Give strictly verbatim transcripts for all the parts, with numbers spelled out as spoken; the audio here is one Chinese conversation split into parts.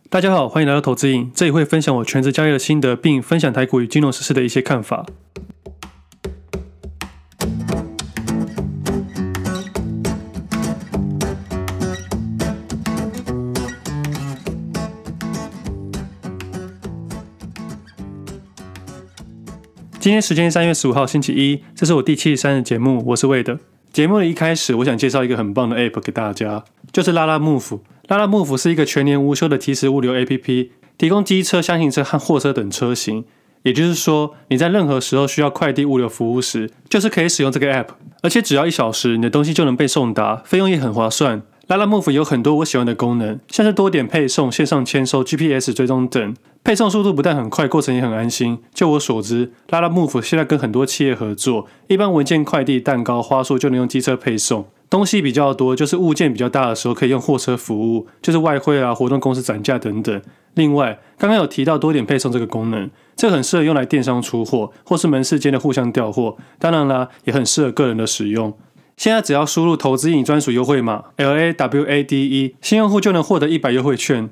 大家好，欢迎来到投资瘾，这里会分享我全职交易的心得，并分享台股与金融时事的一些看法。今天时间是三月十五号星期一，这是我第七十三日节目，我是魏的。节目的一开始，我想介绍一个很棒的 App 给大家，就是拉拉 Move。拉拉 Move 是一个全年无休的即时物流 A P P， 提供机车、箱型车和货车等车型。也就是说，你在任何时候需要快递物流服务时，就是可以使用这个 App， 而且只要一小时，你的东西就能被送达，费用也很划算。拉拉 Move 有很多我喜欢的功能，像是多点配送、线上签收、G P S 追踪等。配送速度不但很快，过程也很安心。就我所知，拉拉 Move 现在跟很多企业合作，一般文件、快递、蛋糕、花束就能用机车配送。东西比较多，就是物件比较大的时候，可以用货车服务，就是外汇啊、活动公司展价等等。另外，刚刚有提到多点配送这个功能，这个很适合用来电商出货，或是门市间的互相调货。当然啦，也很适合个人的使用。现在只要输入投资瘾专属优惠码 L A W A D E， 新用户就能获得一百优惠券。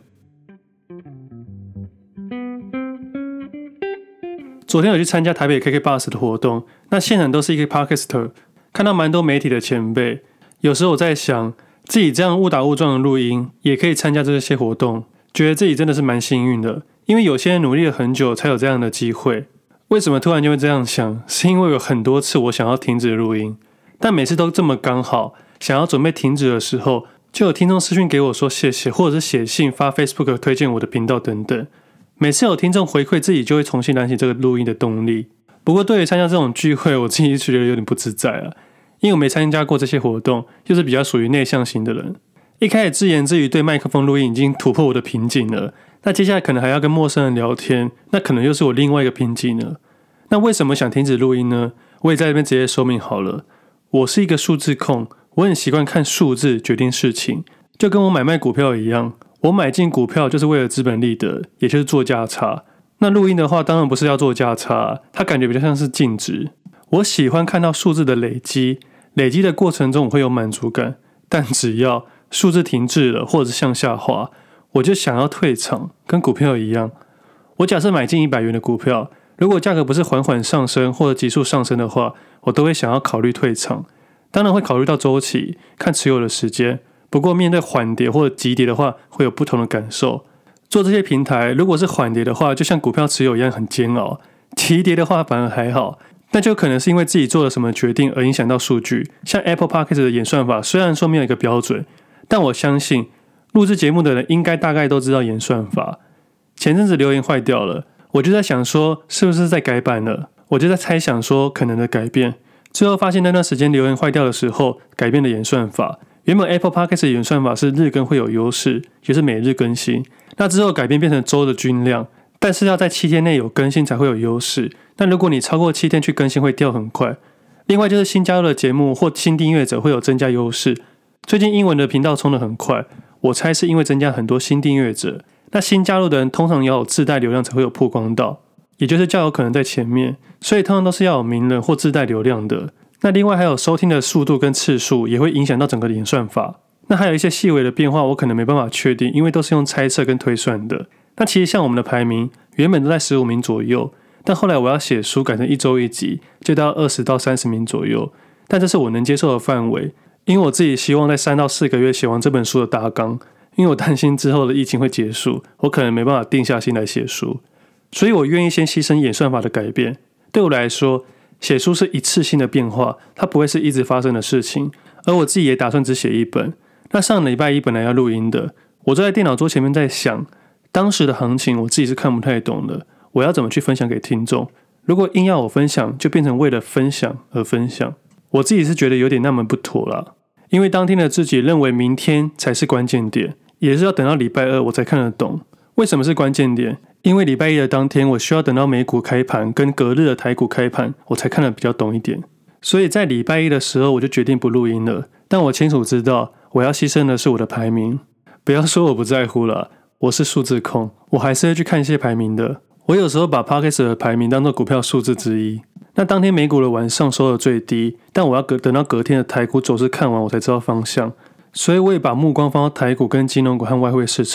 昨天有去参加台北 K K Bus 的活动，那现场都是一个 Podcaster， 看到蛮多媒体的前辈。有时候我在想，自己这样误打误撞的录音，也可以参加这些活动，觉得自己真的是蛮幸运的。因为有些人努力了很久才有这样的机会。为什么突然就会这样想？是因为有很多次我想要停止录音，但每次都这么刚好，想要准备停止的时候，就有听众私讯给我说谢谢，或者是写信发 Facebook 推荐我的频道等等。每次有听众回馈，自己就会重新燃起这个录音的动力。不过对于参加这种聚会，我自己觉得有点不自在了，因为我没参加过这些活动，又是比较属于内向型的人。一开始自言自语对麦克风录音已经突破我的瓶颈了，那接下来可能还要跟陌生人聊天，那可能又是我另外一个瓶颈了。那为什么想停止录音呢？我也在这边直接说明好了，我是一个数字控，我很习惯看数字决定事情，就跟我买卖股票一样。我买进股票就是为了资本利得，也就是做价差。那录音的话，当然不是要做价差，它感觉比较像是净值。我喜欢看到数字的累积，累积的过程中我会有满足感，但只要数字停滞了或者是向下滑，我就想要退场，跟股票一样。我假设买进一百元的股票，如果价格不是缓缓上升或者急速上升的话，我都会想要考虑退场。当然会考虑到周期，看持有的时间。不过面对缓跌或者急跌的话，会有不同的感受。做这些平台，如果是缓跌的话，就像股票持有一样很煎熬；急跌的话反而还好。那就可能是因为自己做了什么决定而影响到数据。像 Apple Podcast 的演算法，虽然说没有一个标准，但我相信录制节目的人应该大概都知道演算法。前阵子留言坏掉了，我就在想说是不是在改版了，我就在猜想说可能的改变。最后发现那段时间留言坏掉的时候，改变了演算法。原本 Apple Podcast 的演算法是日更会有优势，就是每日更新。那之后改变变成周的均量，但是要在七天内有更新才会有优势。但如果你超过七天去更新，会掉很快。另外就是新加入的节目或新订阅者会有增加优势。最近英文的频道冲得很快，我猜是因为增加很多新订阅者。那新加入的人通常要有自带流量才会有曝光到，也就是较有可能在前面，所以通常都是要有名人或自带流量的。那另外还有收听的速度跟次数也会影响到整个演算法。那还有一些细微的变化我可能没办法确定，因为都是用猜测跟推算的。那其实像我们的排名原本都在十五名左右，但后来我要写书改成一周一集，就到二十到三十名左右。但这是我能接受的范围，因为我自己希望在三到四个月写完这本书的大纲，因为我担心之后的疫情会结束，我可能没办法定下心来写书，所以我愿意先牺牲演算法的改变。对我来说，写书是一次性的变化，它不会是一直发生的事情，而我自己也打算只写一本。那上礼拜一本来要录音的，我坐在电脑桌前面在想，当时的行情我自己是看不太懂的，我要怎么去分享给听众？如果硬要我分享，就变成为了分享而分享，我自己是觉得有点那么不妥啦。因为当天的自己认为明天才是关键点，也是要等到礼拜二我才看得懂。为什么是关键点？因为礼拜一的当天我需要等到美股开盘跟隔日的台股开盘，我才看得比较懂一点。所以在礼拜一的时候我就决定不录音了，但我清楚知道我要牺牲的是我的排名。不要说我不在乎了，我是数字控，我还是会去看一些排名的。我有时候把 Podcast 的排名当作股票数字之一。那当天美股的晚上收的最低，但我要等到隔天的台股走势看完我才知道方向，所以我也把目光放到台股跟金融股和外汇市场。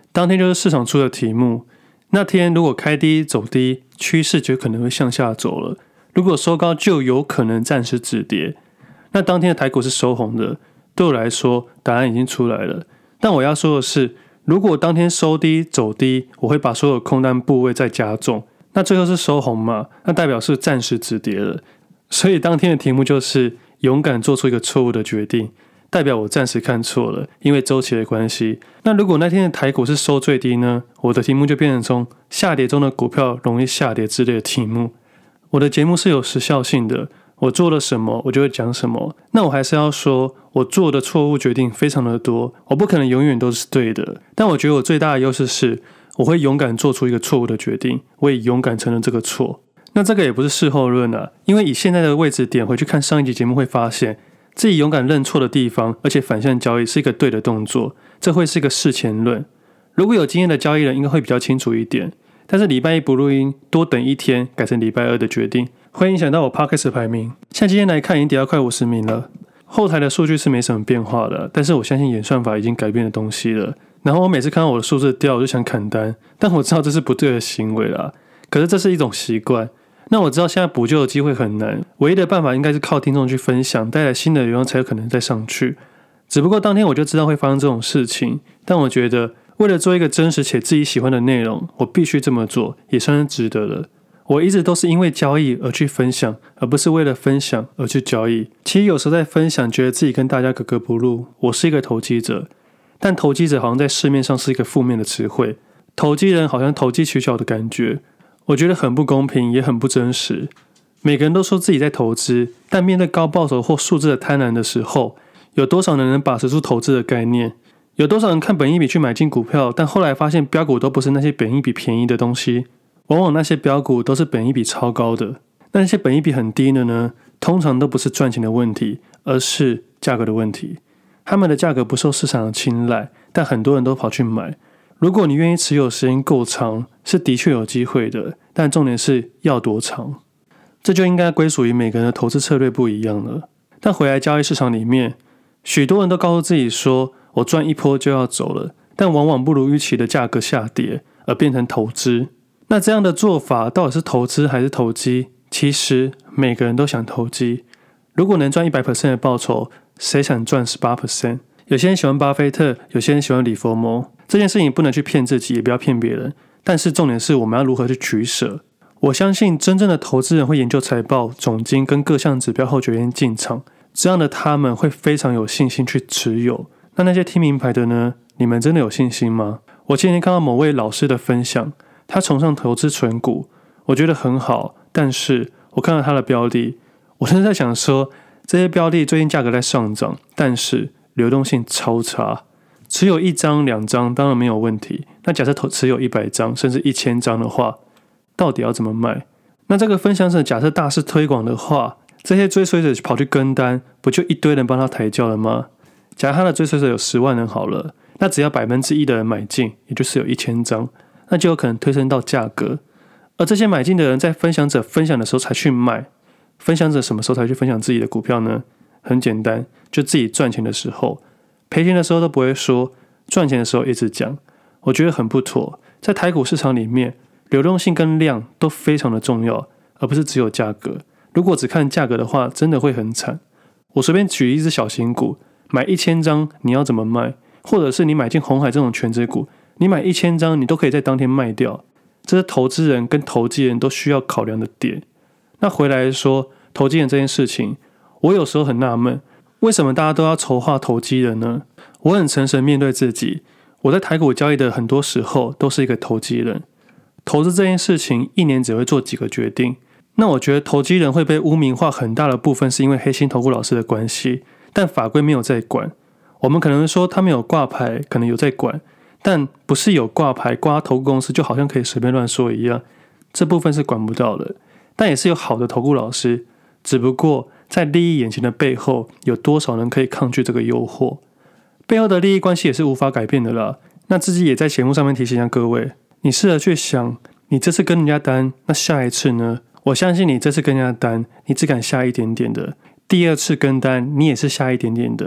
当天就是市场出的题目，那天如果开低走低，趋势就可能会向下走了，如果收高就有可能暂时止跌。那当天的台股是收红的，对我来说答案已经出来了。但我要说的是，如果当天收低走低，我会把所有空单部位再加重，那最后是收红嘛，那代表是暂时止跌了。所以当天的题目就是勇敢做出一个错误的决定，代表我暂时看错了，因为周期的关系。那如果那天的台股是收最低呢，我的题目就变成从下跌中的股票容易下跌之类的题目。我的节目是有时效性的，我做了什么我就会讲什么。那我还是要说，我做的错误决定非常的多，我不可能永远都是对的，但我觉得我最大的优势是我会勇敢做出一个错误的决定，我也勇敢承认这个错。那这个也不是事后论啊，因为以现在的位置点回去看上一集节目会发现，自己勇敢认错的地方，而且反向交易是一个对的动作，这会是一个事前论。如果有经验的交易人应该会比较清楚一点，但是礼拜一不录音，多等一天改成礼拜二的决定，会影响到我 Podcast 排名。像今天来看已经跌到快五十名了，后台的数据是没什么变化的，但是我相信演算法已经改变了东西了。然后我每次看到我的数字掉，我就想砍单，但我知道这是不对的行为啦，可是这是一种习惯。那我知道现在补救的机会很难，唯一的办法应该是靠听众去分享，带来新的流量才有可能再上去。只不过当天我就知道会发生这种事情，但我觉得为了做一个真实且自己喜欢的内容，我必须这么做，也算是值得了。我一直都是因为交易而去分享，而不是为了分享而去交易。其实有时候在分享，觉得自己跟大家格格不入，我是一个投机者，但投机者好像在市面上是一个负面的词汇，投机人好像投机取巧的感觉，我觉得很不公平，也很不真实。每个人都说自己在投资，但面对高报酬或数字的贪婪的时候，有多少人能把持住投资的概念？有多少人看本益比去买进股票，但后来发现标股都不是那些本益比便宜的东西，往往那些标股都是本益比超高的。那些本益比很低的呢，通常都不是赚钱的问题，而是价格的问题。他们的价格不受市场的青睐，但很多人都跑去买。如果你愿意持有时间够长，是的确有机会的，但重点是要多长。这就应该归属于每个人的投资策略不一样了。但回来交易市场里面，许多人都告诉自己说，我赚一波就要走了，但往往不如预期的价格下跌，而变成投资。那这样的做法到底是投资还是投机？其实每个人都想投机。如果能赚 百分之百 的报酬，谁想赚 百分之十八？ 有些人喜欢巴菲特，有些人喜欢李佛摩。这件事情不能去骗自己，也不要骗别人，但是重点是我们要如何去取舍。我相信真正的投资人会研究财报、总经跟各项指标后决定进场，这样的他们会非常有信心去持有。那那些听名牌的呢？你们真的有信心吗？我前天看到某位老师的分享，他崇尚投资存股，我觉得很好，但是我看到他的标的，我真的在想说，这些标的最近价格在上涨，但是流动性超差。持有一张两张当然没有问题，那假设持有一百张甚至一千张的话，到底要怎么卖？那这个分享者假设大肆推广的话，这些追随者跑去跟单，不就一堆人帮他抬轿了吗？假如他的追随者有十万人好了，那只要百分之一的人买进，也就是有一千张，那就有可能推升到价格。而这些买进的人在分享者分享的时候才去卖，分享者什么时候才去分享自己的股票呢？很简单，就自己赚钱的时候。赔钱的时候都不会说，赚钱的时候一直讲，我觉得很不妥。在台股市场里面，流动性跟量都非常的重要，而不是只有价格。如果只看价格的话，真的会很惨。我随便举一只小型股，买一千张，你要怎么卖？或者是你买进鸿海这种全指股，你买一千张，你都可以在当天卖掉。这是投资人跟投机人都需要考量的点。那回来说，投机人这件事情，我有时候很纳闷。为什么大家都要筹划投机人呢？我很诚实面对自己，我在台股交易的很多时候都是一个投机人。投资这件事情一年只会做几个决定，那我觉得投机人会被污名化很大的部分是因为黑心投顾老师的关系，但法规没有在管。我们可能说他们有挂牌，可能有在管，但不是有挂牌挂投顾公司就好像可以随便乱说一样，这部分是管不到的。但也是有好的投顾老师，只不过在利益眼前的背后，有多少人可以抗拒这个诱惑？背后的利益关系也是无法改变的啦。那自己也在节目上面提醒一下各位，你试着去想，你这次跟人家单，那下一次呢？我相信你这次跟人家单，你只敢下一点点的；第二次跟单，你也是下一点点的。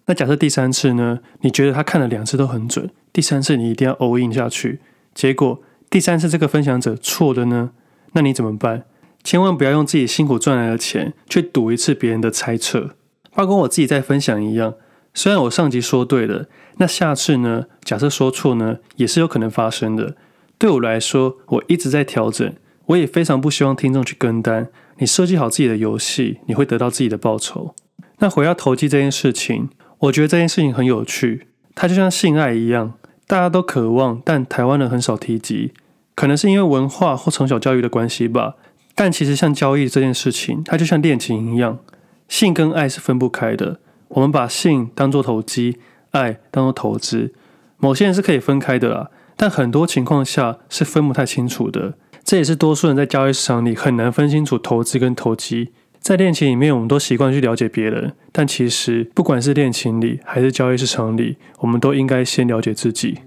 那假设第三次呢，你觉得他看了两次都很准，第三次你一定要 all in 下去，结果第三次这个分享者错的呢，那你怎么办？千万不要用自己辛苦赚来的钱去赌一次别人的猜测。包括我自己在分享一样，虽然我上集说对了，那下次呢，假设说错呢，也是有可能发生的。对我来说，我一直在调整，我也非常不希望听众去跟单。你设计好自己的游戏，你会得到自己的报酬。那回到投机这件事情，我觉得这件事情很有趣，它就像性爱一样，大家都渴望，但台湾人很少提及，可能是因为文化或从小教育的关系吧。但其实像交易这件事情，它就像恋情一样，性跟爱是分不开的。我们把性当作投机，爱当作投资，某些人是可以分开的啦，但很多情况下是分不太清楚的。这也是多数人在交易市场里很难分清楚投资跟投机。在恋情里面，我们都习惯去了解别人，但其实不管是恋情里还是交易市场里，我们都应该先了解自己。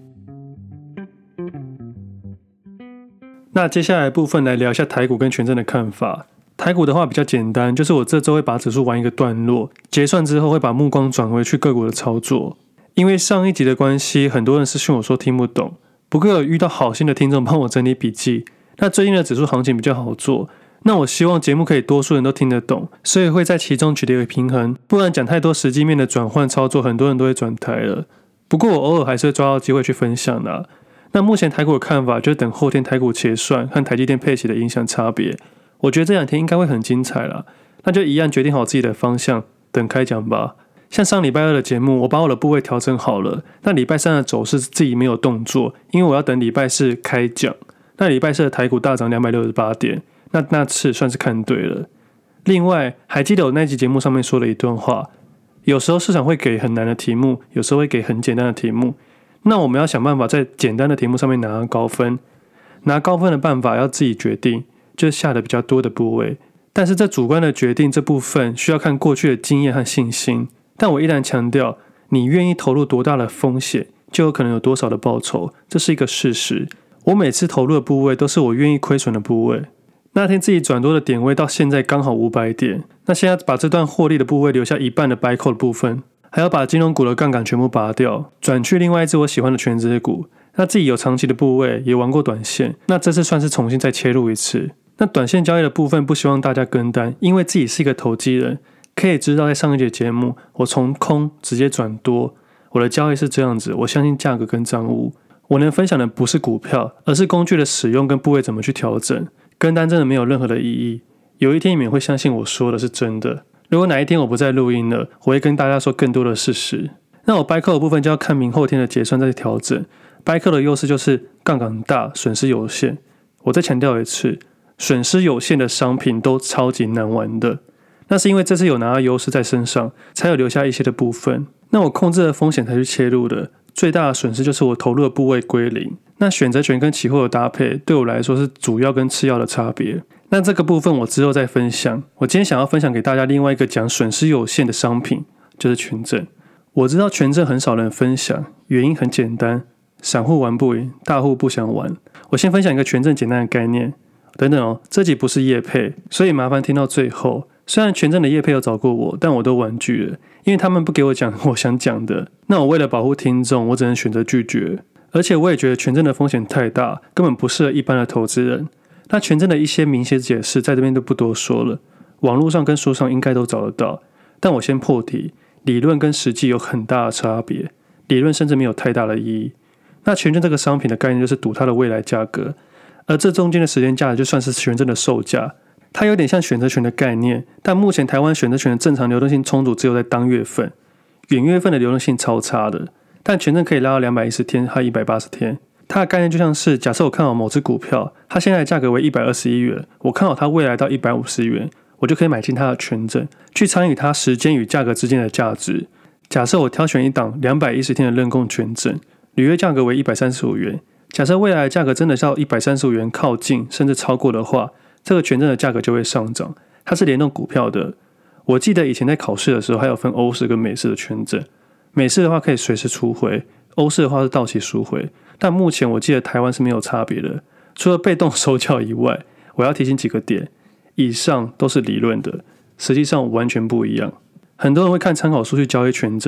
那接下来的部分来聊一下台股跟权证的看法。台股的话比较简单，就是我这周会把指数玩一个段落，结算之后会把目光转回去个股的操作。因为上一集的关系，很多人私讯我说听不懂，不过有遇到好心的听众帮我整理笔记。那最近的指数行情比较好做，那我希望节目可以多数人都听得懂，所以会在其中取得一个平衡，不然讲太多实际面的转换操作，很多人都会转台了。不过我偶尔还是会抓到机会去分享的啊。那目前台股的看法就是等后天台股结算和台积电配息的影响差别，我觉得这两天应该会很精彩啦。那就一样决定好自己的方向，等开讲吧。像上礼拜二的节目，我把我的部位调整好了，那礼拜三的走势自己没有动作，因为我要等礼拜四开讲。那礼拜四的台股大涨两百六十八点，那那次算是看对了。另外还记得我那集节目上面说的一段话，有时候市场会给很难的题目，有时候会给很简单的题目，那我们要想办法在简单的题目上面拿高分。拿高分的办法要自己决定，就是下的比较多的部位，但是这主观的决定这部分需要看过去的经验和信心。但我依然强调，你愿意投入多大的风险，就有可能有多少的报酬，这是一个事实。我每次投入的部位都是我愿意亏损的部位。那天自己转多的点位到现在刚好五百点，那现在把这段获利的部位留下一半的 buy call 的部分，还要把金融股的杠杆全部拔掉，转去另外一只我喜欢的全指股。那自己有长期的部位，也玩过短线，那这次算是重新再切入一次。那短线交易的部分不希望大家跟单，因为自己是一个投机人，可以知道在上一节节目我从空直接转多，我的交易是这样子，我相信价格跟账务。我能分享的不是股票，而是工具的使用跟部位怎么去调整。跟单真的没有任何的意义。有一天你们会相信我说的是真的。如果哪一天我不再录音了，我会跟大家说更多的事实。那我 buy call 的部分就要看明后天的结算再调整。buy call 的优势就是杠杆大，损失有限。我再强调一次，损失有限的商品都超级难玩的。那是因为这次有拿到优势在身上，才有留下一些的部分。那我控制了风险才去切入的。最大的损失就是我投入的部位归零。那选择权跟期货的搭配对我来说是主要跟次要的差别。那这个部分我之后再分享。我今天想要分享给大家另外一个讲损失有限的商品，就是权证。我知道权证很少人分享，原因很简单，散户玩不赢，大户不想玩。我先分享一个权证简单的概念。等等哦，这集不是业配，所以麻烦听到最后。虽然权证的业配有找过我，但我都婉拒了，因为他们不给我讲我想讲的。那我为了保护听众，我只能选择拒绝。而且我也觉得权证的风险太大，根本不适合一般的投资人。那权证的一些明显解释在这边就不多说了，网络上跟书上应该都找得到。但我先破题，理论跟实际有很大的差别，理论甚至没有太大的意义。那权证这个商品的概念就是赌它的未来价格，而这中间的时间价值就算是权证的售价。它有点像选择权的概念，但目前台湾选择权的正常流动性充足只有在当月份，远月份的流动性超差的。但权证可以拉到两百一十天和一百八十天。它的概念就像是，假设我看好某只股票，它现在的价格为一百二十一元，我看好它未来到一百五十元，我就可以买进它的权证，去参与它时间与价格之间的价值。假设我挑选一档两百一十天的认购权证，履约价格为一百三十五元，假设未来的价格真的到一百三十五元靠近甚至超过的话，这个权证的价格就会上涨。它是联动股票的。我记得以前在考试的时候还有分欧式跟美式的权证，美式的话可以随时赎回，欧式的话是到期赎回。但目前我记得台湾是没有差别的，除了被动收缴以外，我要提醒几个点，以上都是理论的，实际上完全不一样。很多人会看参考书去交易权证，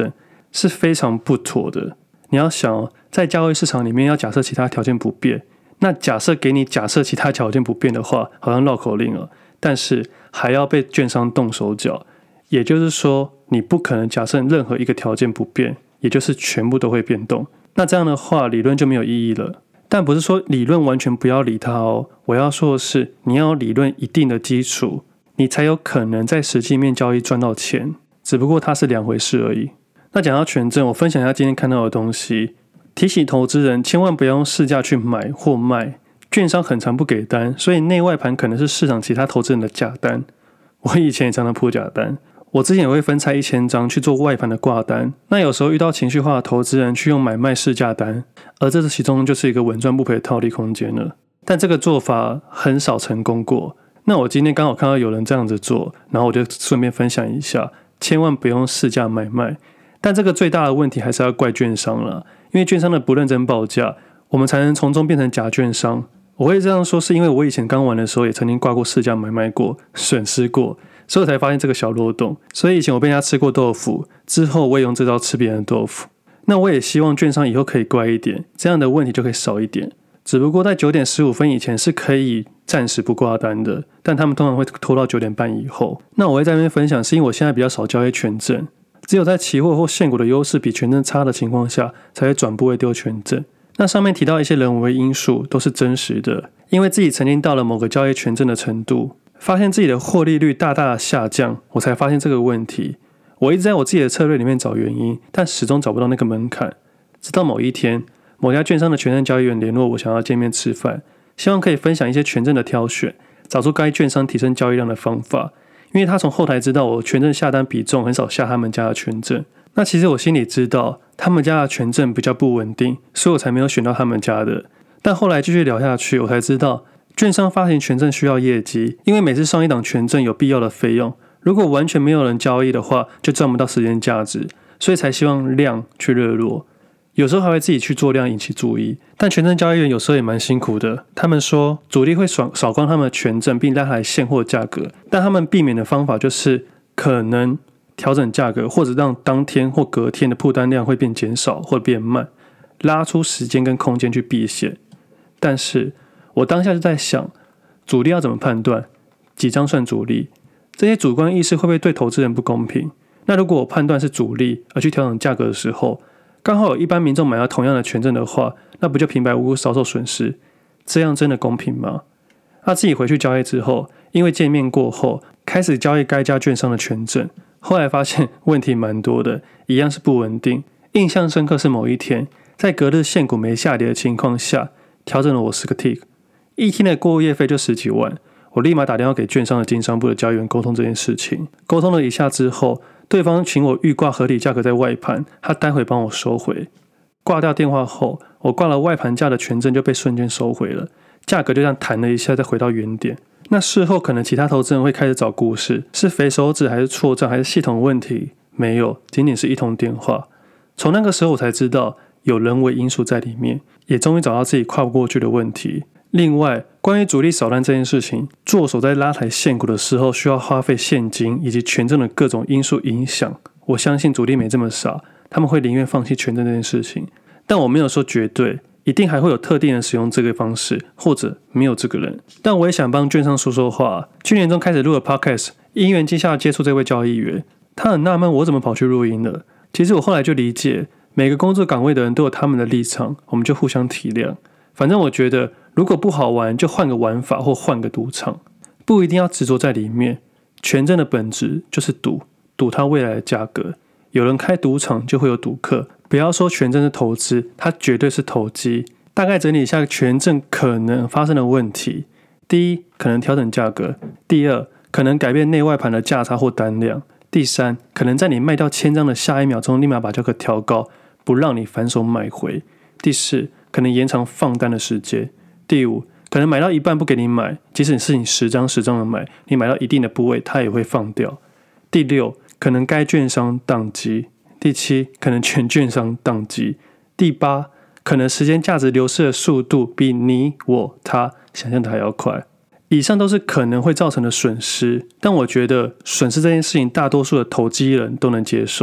是非常不妥的。你要想哦，在交易市场里面要假设其他条件不变，那假设给你假设其他条件不变的话，好像绕口令了，但是还要被券商动手脚，也就是说你不可能假设任何一个条件不变，也就是全部都会变动。那这样的话理论就没有意义了。但不是说理论完全不要理它哦，我要说的是你要有理论一定的基础，你才有可能在实际面交易赚到钱，只不过它是两回事而已。那讲到权证，我分享一下今天看到的东西，提醒投资人千万不要用市价去买或卖，券商很常不给单，所以内外盘可能是市场其他投资人的假单。我以前也常常铺假单，我之前也会分拆一千张去做外盘的挂单，那有时候遇到情绪化的投资人去用买卖市价单，而这其中就是一个稳赚不赔的套利空间了。但这个做法很少成功过。那我今天刚好看到有人这样子做，然后我就顺便分享一下，千万不用市价买卖。但这个最大的问题还是要怪券商啦，因为券商的不认真报价，我们才能从中变成假券商。我会这样说是因为我以前刚玩的时候也曾经挂过市价买卖过，损失过，所以我才发现这个小漏洞。所以以前我被人家吃过豆腐，之后我也用这招吃别人的豆腐。那我也希望券商以后可以乖一点，这样的问题就可以少一点。只不过在九点十五分以前是可以暂时不挂单的，但他们通常会拖到九点半以后。那我会在这边分享是因为我现在比较少交易权证，只有在期货或现股的优势比权证差的情况下，才会转部位丢权证。那上面提到一些人为因素都是真实的，因为自己曾经到了某个交易权证的程度，发现自己的获利率大大的下降，我才发现这个问题。我一直在我自己的策略里面找原因，但始终找不到那个门槛。直到某一天，某家券商的权证交易员联络我，想要见面吃饭，希望可以分享一些权证的挑选，找出该券商提升交易量的方法。因为他从后台知道我权证下单比重很少下他们家的权证，那其实我心里知道他们家的权证比较不稳定，所以我才没有选到他们家的。但后来继续聊下去，我才知道券商发行权证需要业绩，因为每次上一档权证有必要的费用，如果完全没有人交易的话，就赚不到时间价值，所以才希望量去热络。有时候还会自己去做量引起注意，但权证交易员有时候也蛮辛苦的。他们说主力会扫光他们的权证，并拉抬现货价格，但他们避免的方法就是可能调整价格，或者让当天或隔天的铺单量会变减少或变慢，拉出时间跟空间去避险。但是我当下就在想，主力要怎么判断几张算主力？这些主观意识会不会对投资人不公平？那如果我判断是主力而去调整价格的时候，刚好有一般民众买到同样的权证的话，那不就平白无故少受损失？这样真的公平吗？他自己回去交易之后，因为见面过后开始交易该家券商的权证，后来发现问题蛮多的，一样是不稳定。印象深刻是某一天，在隔日现股没下跌的情况下，调整了我十个 tick， 一天的过夜费就十几万。我立马打电话给券商的经商部的交易员沟通这件事情，沟通了一下之后，对方请我预挂合理价格在外盘，他待会帮我收回。挂掉电话后，我挂了外盘价的权证就被瞬间收回了，价格就这样弹了一下再回到原点。那事后可能其他投资人会开始找故事，是肥手指还是错账还是系统问题？没有，仅仅是一通电话。从那个时候我才知道有人为因素在里面，也终于找到自己跨不过去的问题。另外，关于主力扫单这件事情，做手在拉抬现股的时候需要花费现金以及权证的各种因素影响。我相信主力没这么傻，他们会宁愿放弃权证这件事情。但我没有说绝对，一定还会有特定人使用这个方式，或者没有这个人。但我也想帮券商说说话。去年中开始录了 podcast， 因缘际下接触这位交易员，他很纳闷我怎么跑去录音了。其实我后来就理解，每个工作岗位的人都有他们的立场，我们就互相体谅。反正我觉得如果不好玩就换个玩法或换个赌场，不一定要执着在里面。权证的本质就是赌，赌它未来的价格。有人开赌场就会有赌客，不要说权证是投资，它绝对是投机。大概整理一下权证可能发生的问题：第一，可能调整价格；第二，可能改变内外盘的价差或单量；第三，可能在你卖掉千张的下一秒钟立马把价格调高，不让你反手买回；第四，可能延长放单的时间；第五，可能买到一半不给你买，即使是你十张十张的买，你买到一定的部位，它也会放掉；第六，可能该券商宕机；第七，可能全券商宕机；第八，可能时间价值流失的速度比你我他想象的还要快。以上都是可能会造成的损失，但我觉得损失这件事情大多数的投机人都能接受，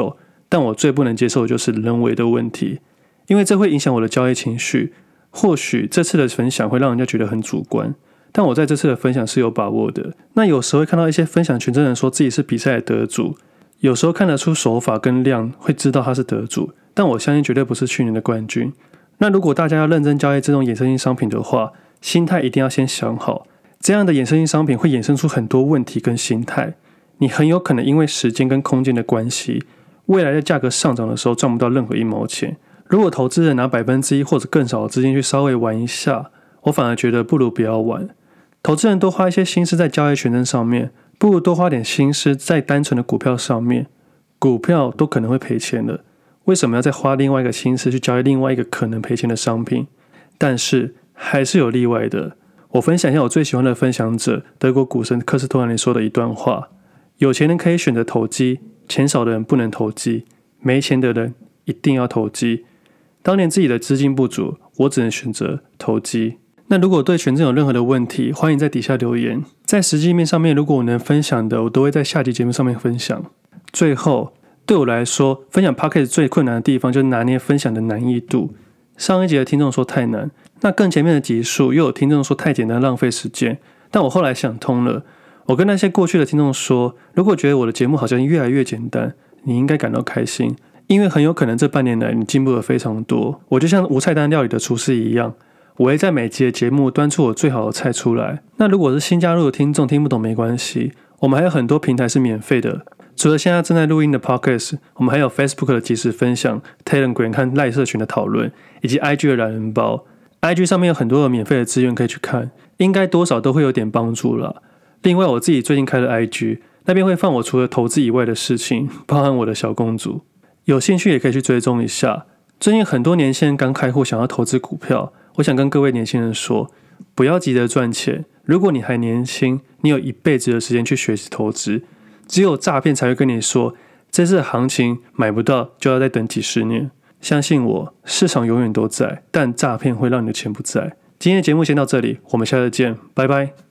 但我最不能接受的就是人为的问题，因为这会影响我的交易情绪。或许这次的分享会让人家觉得很主观，但我在这次的分享是有把握的。那有时候会看到一些分享群真人说自己是比赛的得主，有时候看得出手法跟量，会知道他是得主，但我相信绝对不是去年的冠军。那如果大家要认真交易这种衍生性商品的话，心态一定要先想好，这样的衍生性商品会衍生出很多问题跟心态，你很有可能因为时间跟空间的关系，未来的价格上涨的时候赚不到任何一毛钱。如果投资人拿百分之一或者更少的资金去稍微玩一下，我反而觉得不如不要玩。投资人多花一些心思在交易权证上面，不如多花点心思在单纯的股票上面。股票都可能会赔钱的，为什么要再花另外一个心思去交易另外一个可能赔钱的商品？但是还是有例外的。我分享一下我最喜欢的分享者德国股神科斯托兰尼说的一段话：有钱人可以选择投机，钱少的人不能投机，没钱的人一定要投机。当年自己的资金不足，我只能选择投机。那如果对权证有任何的问题，欢迎在底下留言。在实际面上面，如果我能分享的，我都会在下集节目上面分享。最后，对我来说，分享 Podcast 最困难的地方就是拿捏分享的难易度。上一集的听众说太难，那更前面的集数又有听众说太简单浪费时间，但我后来想通了，我跟那些过去的听众说，如果觉得我的节目好像越来越简单，你应该感到开心。因为很有可能这半年来你进步了非常多，我就像无菜单料理的厨师一样，我会在每集的节目端出我最好的菜出来。那如果是新加入的听众听不懂没关系，我们还有很多平台是免费的，除了现在正在录音的 Podcast， 我们还有 Facebook 的即时分享、Telegram 和 LINE 社群的讨论，以及 I G 的懒人包。I G 上面有很多的免费的资源可以去看，应该多少都会有点帮助啦。另外我自己最近开了 I G， 那边会放我除了投资以外的事情，包含我的小公主。有兴趣也可以去追踪一下。最近很多年轻人刚开户想要投资股票，我想跟各位年轻人说，不要急着赚钱。如果你还年轻，你有一辈子的时间去学习投资。只有诈骗才会跟你说，这次的行情买不到就要再等几十年。相信我，市场永远都在，但诈骗会让你的钱不在。今天的节目先到这里，我们下次见，拜拜。